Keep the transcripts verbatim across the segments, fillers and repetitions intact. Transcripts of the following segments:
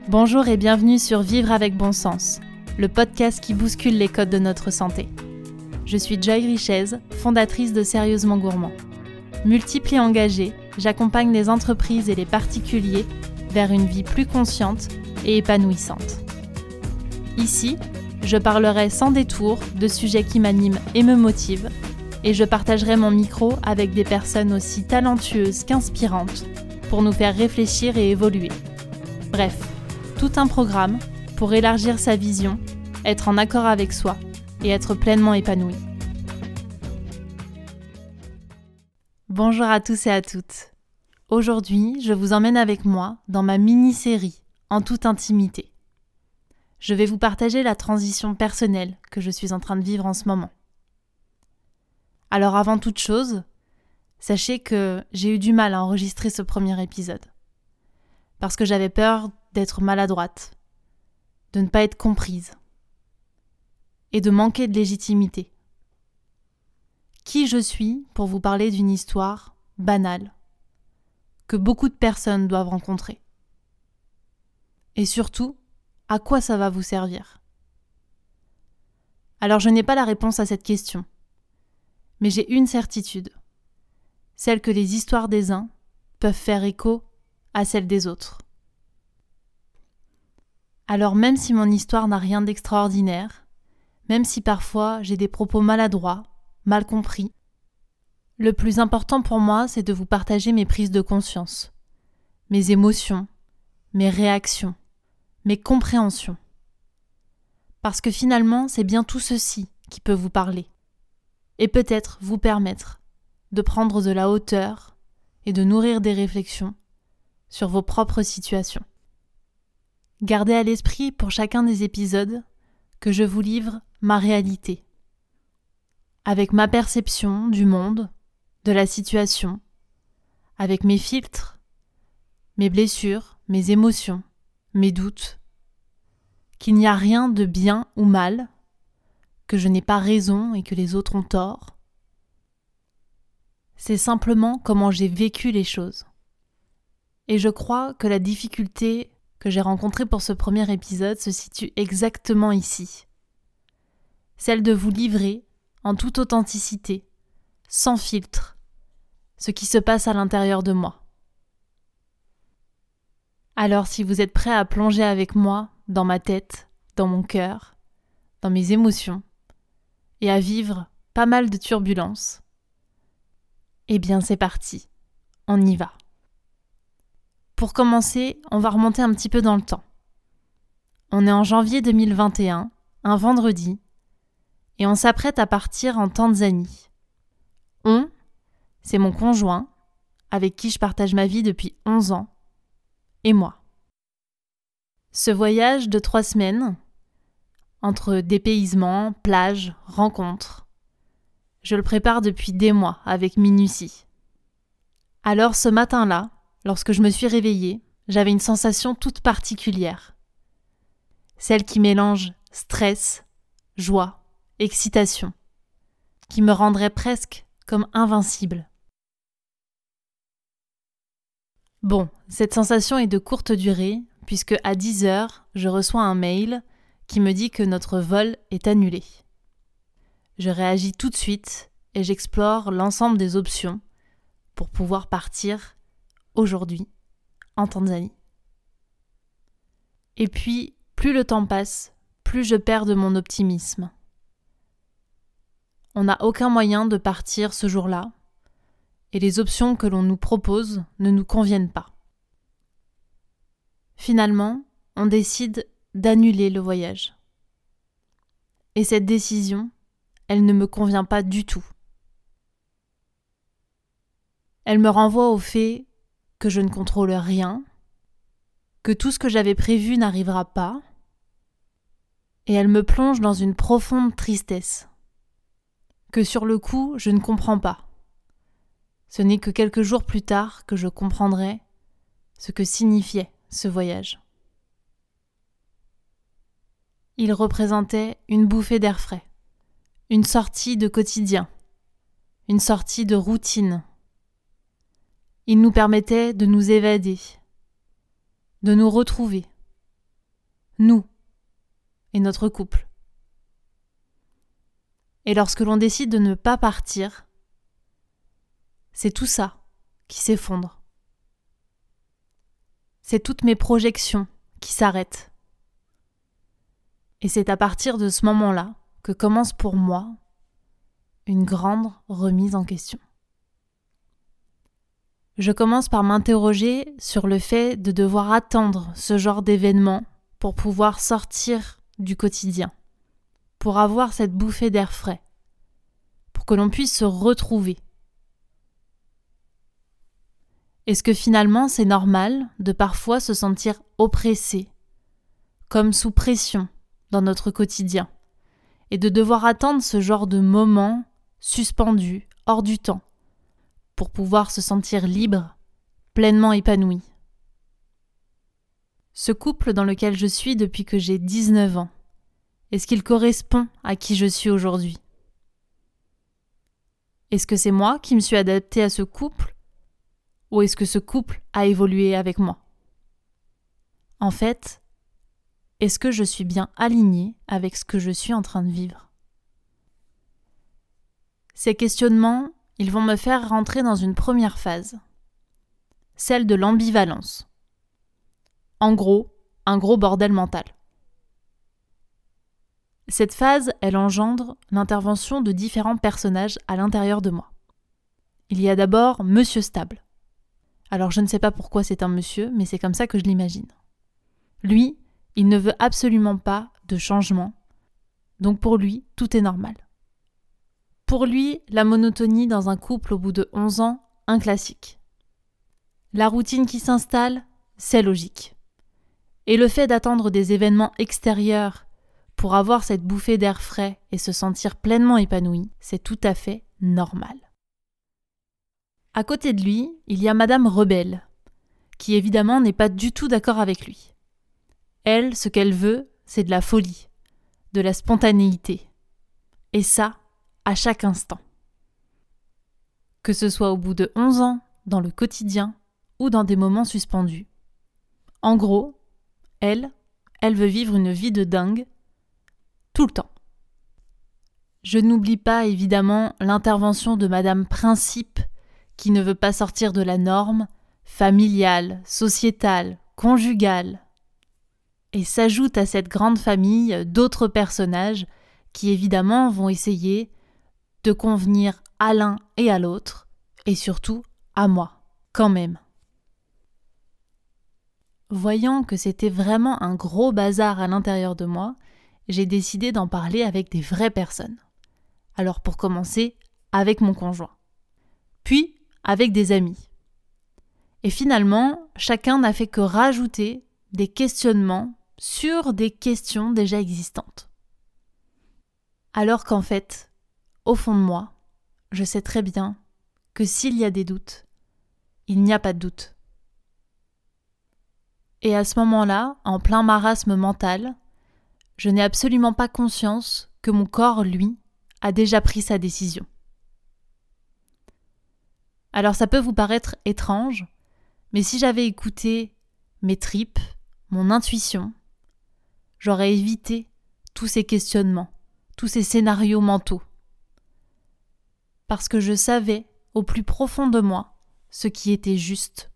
Bonjour et bienvenue sur Vivre avec bon sens, le podcast qui bouscule les codes de notre santé. Je suis Joy Richez, fondatrice de Sérieusement Gourmand. Multiple et engagée, j'accompagne les entreprises et les particuliers vers une vie plus consciente et épanouissante. Ici, je parlerai sans détour de sujets qui m'animent et me motivent, et je partagerai mon micro avec des personnes aussi talentueuses qu'inspirantes pour nous faire réfléchir et évoluer. Bref, tout un programme pour élargir sa vision, être en accord avec soi et être pleinement épanoui. Bonjour à tous et à toutes. Aujourd'hui, je vous emmène avec moi dans ma mini-série en toute intimité. Je vais vous partager la transition personnelle que je suis en train de vivre en ce moment. Alors avant toute chose, sachez que j'ai eu du mal à enregistrer ce premier épisode. Parce que j'avais peur d'être maladroite, de ne pas être comprise et de manquer de légitimité. Qui je suis pour vous parler d'une histoire banale que beaucoup de personnes doivent rencontrer? Et surtout, à quoi ça va vous servir? Alors je n'ai pas la réponse à cette question, mais j'ai une certitude, celle que les histoires des uns peuvent faire écho à celles des autres. Alors même si mon histoire n'a rien d'extraordinaire, même si parfois j'ai des propos maladroits, mal compris, le plus important pour moi, c'est de vous partager mes prises de conscience, mes émotions, mes réactions, mes compréhensions. Parce que finalement, c'est bien tout ceci qui peut vous parler, et peut-être vous permettre de prendre de la hauteur et de nourrir des réflexions sur vos propres situations. Gardez à l'esprit pour chacun des épisodes que je vous livre ma réalité, avec ma perception du monde, de la situation, avec mes filtres, mes blessures, mes émotions, mes doutes, qu'il n'y a rien de bien ou mal, que je n'ai pas raison et que les autres ont tort. C'est simplement comment j'ai vécu les choses. Et je crois que la difficulté que j'ai rencontrée pour ce premier épisode se situe exactement ici. Celle de vous livrer, en toute authenticité, sans filtre, ce qui se passe à l'intérieur de moi. Alors si vous êtes prêts à plonger avec moi dans ma tête, dans mon cœur, dans mes émotions, et à vivre pas mal de turbulences, eh bien c'est parti, on y va. Pour commencer, on va remonter un petit peu dans le temps. On est en janvier deux mille vingt et un, un vendredi, et on s'apprête à partir en Tanzanie. On, c'est mon conjoint, avec qui je partage ma vie depuis onze ans, et moi. Ce voyage de trois semaines, entre dépaysement, plage, rencontres, je le prépare depuis des mois avec minutie. Alors ce matin-là, lorsque je me suis réveillée, j'avais une sensation toute particulière. Celle qui mélange stress, joie, excitation, qui me rendrait presque comme invincible. Bon, cette sensation est de courte durée, puisque à dix heures, je reçois un mail qui me dit que notre vol est annulé. Je réagis tout de suite et j'explore l'ensemble des options pour pouvoir partir aujourd'hui, en Tanzanie. Et puis, plus le temps passe, plus je perds de mon optimisme. On n'a aucun moyen de partir ce jour-là, et les options que l'on nous propose ne nous conviennent pas. Finalement, on décide d'annuler le voyage. Et cette décision, elle ne me convient pas du tout. Elle me renvoie au fait que je ne contrôle rien, que tout ce que j'avais prévu n'arrivera pas, et elle me plonge dans une profonde tristesse, que sur le coup, je ne comprends pas. Ce n'est que quelques jours plus tard que je comprendrai ce que signifiait ce voyage. Il représentait une bouffée d'air frais, une sortie de quotidien, une sortie de routine. Il nous permettait de nous évader, de nous retrouver, nous et notre couple. Et lorsque l'on décide de ne pas partir, c'est tout ça qui s'effondre. C'est toutes mes projections qui s'arrêtent. Et c'est à partir de ce moment-là que commence pour moi une grande remise en question. Je commence par m'interroger sur le fait de devoir attendre ce genre d'événement pour pouvoir sortir du quotidien, pour avoir cette bouffée d'air frais, pour que l'on puisse se retrouver. Est-ce que finalement c'est normal de parfois se sentir oppressé, comme sous pression dans notre quotidien, et de devoir attendre ce genre de moment suspendu, hors du temps, pour pouvoir se sentir libre, pleinement épanoui. Ce couple dans lequel je suis depuis que j'ai dix-neuf ans, est-ce qu'il correspond à qui je suis aujourd'hui? Est-ce que c'est moi qui me suis adaptée à ce couple, ou est-ce que ce couple a évolué avec moi? En fait, est-ce que je suis bien alignée avec ce que je suis en train de vivre? Ces questionnements, ils vont me faire rentrer dans une première phase, celle de l'ambivalence. En gros, un gros bordel mental. Cette phase, elle engendre l'intervention de différents personnages à l'intérieur de moi. Il y a d'abord Monsieur Stable. Alors je ne sais pas pourquoi c'est un monsieur, mais c'est comme ça que je l'imagine. Lui, il ne veut absolument pas de changement, donc pour lui, tout est normal. Pour lui, la monotonie dans un couple au bout de onze ans, un classique. La routine qui s'installe, c'est logique. Et le fait d'attendre des événements extérieurs pour avoir cette bouffée d'air frais et se sentir pleinement épanoui, c'est tout à fait normal. À côté de lui, il y a Madame Rebelle, qui évidemment n'est pas du tout d'accord avec lui. Elle, ce qu'elle veut, c'est de la folie, de la spontanéité. Et ça, à chaque instant. Que ce soit au bout de onze ans, dans le quotidien ou dans des moments suspendus. En gros, elle, elle veut vivre une vie de dingue tout le temps. Je n'oublie pas évidemment l'intervention de Madame Principe qui ne veut pas sortir de la norme familiale, sociétale, conjugale. Et s'ajoute à cette grande famille d'autres personnages qui évidemment vont essayer de convenir à l'un et à l'autre, et surtout à moi, quand même. Voyant que c'était vraiment un gros bazar à l'intérieur de moi, j'ai décidé d'en parler avec des vraies personnes. Alors pour commencer, avec mon conjoint. Puis avec des amis. Et finalement, chacun n'a fait que rajouter des questionnements sur des questions déjà existantes. Alors qu'en fait, au fond de moi, je sais très bien que s'il y a des doutes, il n'y a pas de doute. Et à ce moment-là, en plein marasme mental, je n'ai absolument pas conscience que mon corps, lui, a déjà pris sa décision. Alors ça peut vous paraître étrange, mais si j'avais écouté mes tripes, mon intuition, j'aurais évité tous ces questionnements, tous ces scénarios mentaux. Parce que je savais, au plus profond de moi, ce qui était juste.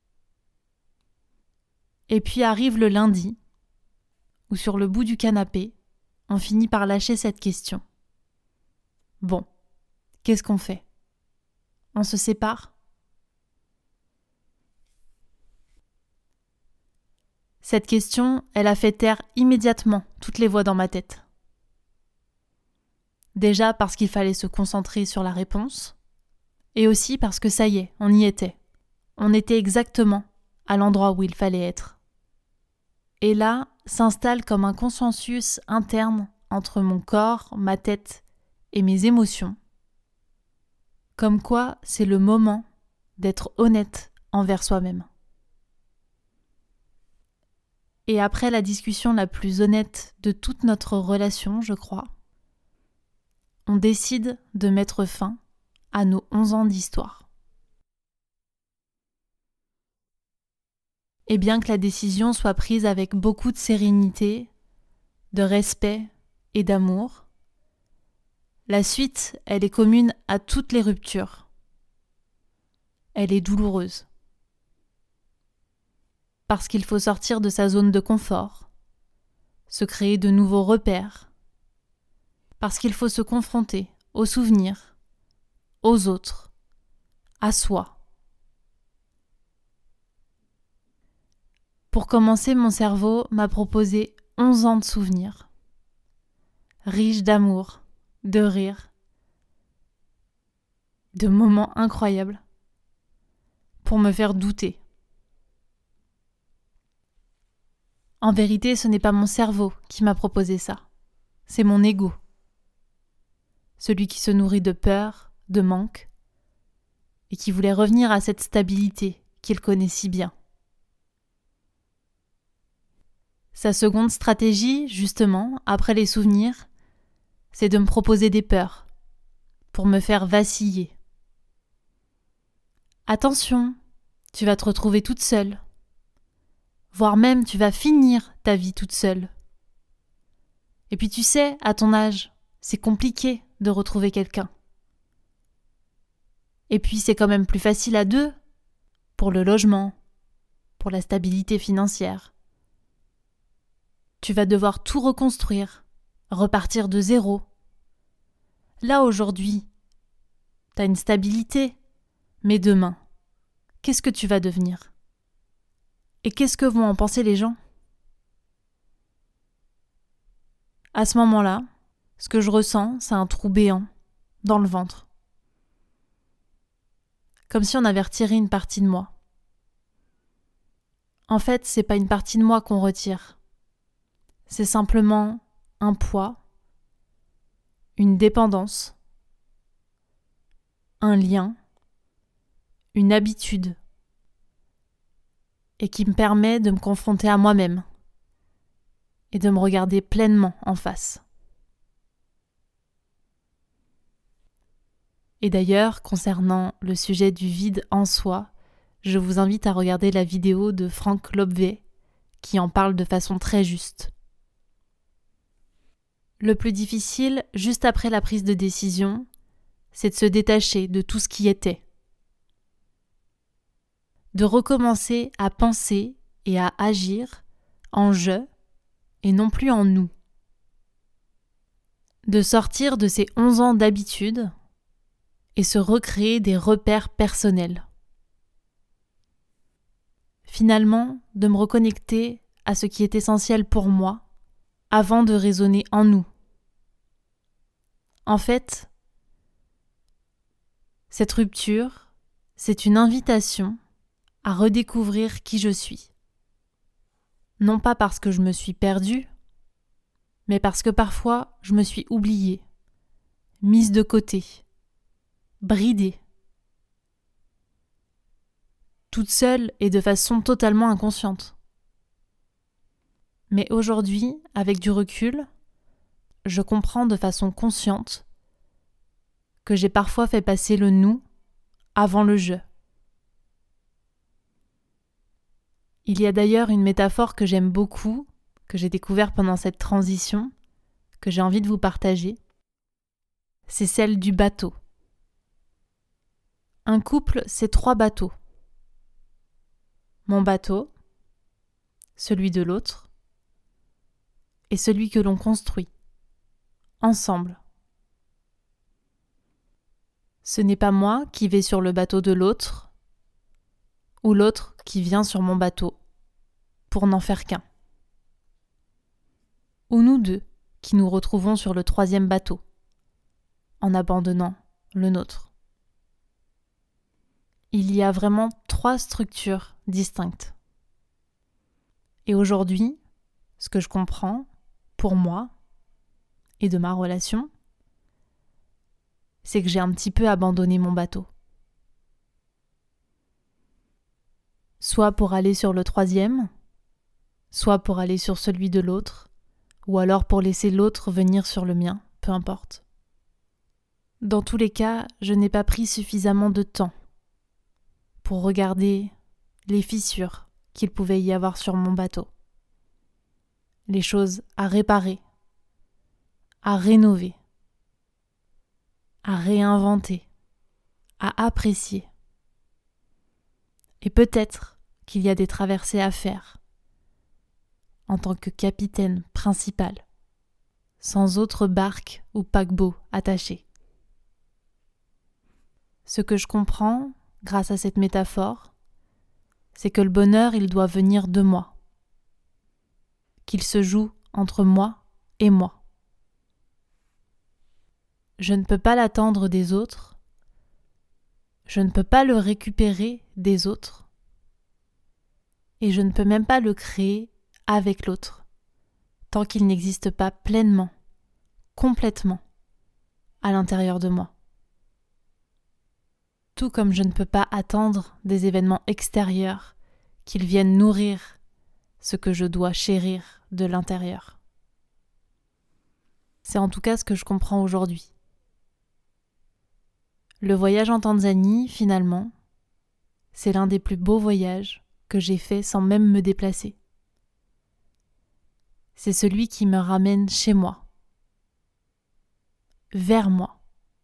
Et puis arrive le lundi, où sur le bout du canapé, on finit par lâcher cette question. Bon, qu'est-ce qu'on fait? On se sépare? Cette question, elle a fait taire immédiatement toutes les voix dans ma tête. Déjà parce qu'il fallait se concentrer sur la réponse, et aussi parce que ça y est, on y était. On était exactement à l'endroit où il fallait être. Et là, s'installe comme un consensus interne entre mon corps, ma tête et mes émotions. Comme quoi, c'est le moment d'être honnête envers soi-même. Et après la discussion la plus honnête de toute notre relation, je crois, on décide de mettre fin à nos onze ans d'histoire. et bien que la décision soit prise avec beaucoup de sérénité, de respect et d'amour, la suite, elle est commune à toutes les ruptures. Elle est douloureuse. Parce qu'il faut sortir de sa zone de confort, se créer de nouveaux repères, parce qu'il faut se confronter aux souvenirs, aux autres, à soi. Pour commencer, mon cerveau m'a proposé onze ans de souvenirs, riches d'amour, de rire, de moments incroyables, pour me faire douter. En vérité, ce n'est pas mon cerveau qui m'a proposé ça, c'est mon ego, celui qui se nourrit de peur, de manque, et qui voulait revenir à cette stabilité qu'il connaît si bien. Sa seconde stratégie, justement, après les souvenirs, c'est de me proposer des peurs, pour me faire vaciller. Attention, tu vas te retrouver toute seule, voire même tu vas finir ta vie toute seule. Et puis tu sais, à ton âge, c'est compliqué de retrouver quelqu'un. Et puis c'est quand même plus facile à deux, pour le logement, pour la stabilité financière. Tu vas devoir tout reconstruire, repartir de zéro. Là aujourd'hui, t'as une stabilité, mais demain, qu'est-ce que tu vas devenir ? Et qu'est-ce que vont en penser les gens ? À ce moment-là, ce que je ressens, c'est un trou béant dans le ventre. Comme si on avait retiré une partie de moi. En fait, c'est pas une partie de moi qu'on retire. C'est simplement un poids, une dépendance, un lien, une habitude, et qui me permet de me confronter à moi-même et de me regarder pleinement en face. Et d'ailleurs, concernant le sujet du vide en soi, je vous invite à regarder la vidéo de Frank Lobvé qui en parle de façon très juste. Le plus difficile, juste après la prise de décision, c'est de se détacher de tout ce qui était. De recommencer à penser et à agir en je et non plus en nous. De sortir de ces onze ans d'habitude et se recréer des repères personnels. Finalement, de me reconnecter à ce qui est essentiel pour moi avant de raisonner en nous. En fait, cette rupture, c'est une invitation à redécouvrir qui je suis. Non pas parce que je me suis perdue, mais parce que parfois je me suis oubliée, mise de côté, bridée, toute seule et de façon totalement inconsciente. Mais aujourd'hui, avec du recul, je comprends de façon consciente que j'ai parfois fait passer le nous avant le je. Il y a d'ailleurs une métaphore que j'aime beaucoup, que j'ai découvert pendant cette transition, que j'ai envie de vous partager. C'est celle du bateau. Un couple, c'est trois bateaux. Mon bateau, celui de l'autre, et celui que l'on construit, ensemble. Ce n'est pas moi qui vais sur le bateau de l'autre, ou l'autre qui vient sur mon bateau, pour n'en faire qu'un. Ou nous deux qui nous retrouvons sur le troisième bateau, en abandonnant le nôtre. Il y a vraiment trois structures distinctes. Et aujourd'hui, ce que je comprends, pour moi, et de ma relation, c'est que j'ai un petit peu abandonné mon bateau. Soit pour aller sur le troisième, soit pour aller sur celui de l'autre, ou alors pour laisser l'autre venir sur le mien, peu importe. Dans tous les cas, je n'ai pas pris suffisamment de temps pour regarder les fissures qu'il pouvait y avoir sur mon bateau. Les choses à réparer, à rénover, à réinventer, à apprécier. Et peut-être qu'il y a des traversées à faire en tant que capitaine principal, sans autre barque ou paquebot attaché. Ce que je comprends, grâce à cette métaphore, c'est que le bonheur, il doit venir de moi, qu'il se joue entre moi et moi. Je ne peux pas l'attendre des autres, je ne peux pas le récupérer des autres, et je ne peux même pas le créer avec l'autre, tant qu'il n'existe pas pleinement, complètement, à l'intérieur de moi. Tout comme je ne peux pas attendre des événements extérieurs qu'ils viennent nourrir ce que je dois chérir de l'intérieur. C'est en tout cas ce que je comprends aujourd'hui. Le voyage en Tanzanie, finalement, c'est l'un des plus beaux voyages que j'ai fait sans même me déplacer. C'est celui qui me ramène chez moi, vers moi.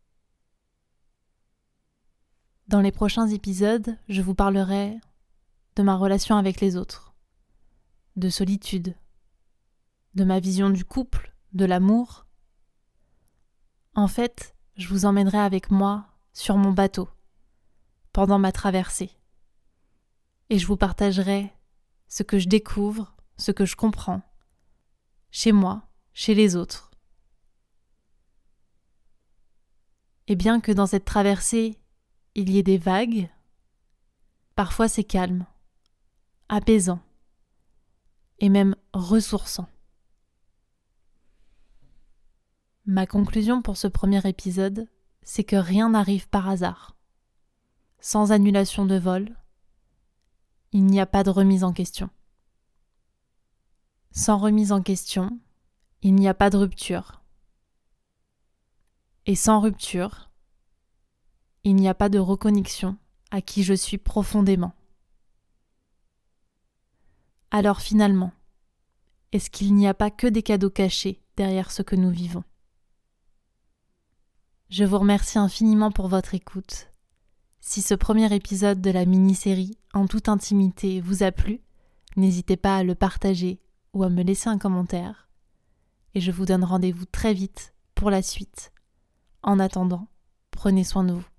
Dans les prochains épisodes, je vous parlerai de ma relation avec les autres, de solitude, de ma vision du couple, de l'amour. En fait, je vous emmènerai avec moi sur mon bateau, pendant ma traversée. Et je vous partagerai ce que je découvre, ce que je comprends, chez moi, chez les autres. Et bien que dans cette traversée, il y ait des vagues, parfois c'est calme, apaisant et même ressourçant. Ma conclusion pour ce premier épisode, c'est que rien n'arrive par hasard. Sans annulation de vol, il n'y a pas de remise en question. Sans remise en question, il n'y a pas de rupture. Et sans rupture, il n'y a pas de reconnexion à qui je suis profondément. Alors finalement, est-ce qu'il n'y a pas que des cadeaux cachés derrière ce que nous vivons ? Je vous remercie infiniment pour votre écoute. Si ce premier épisode de la mini-série En toute intimité vous a plu, n'hésitez pas à le partager ou à me laisser un commentaire. Et je vous donne rendez-vous très vite pour la suite. En attendant, prenez soin de vous.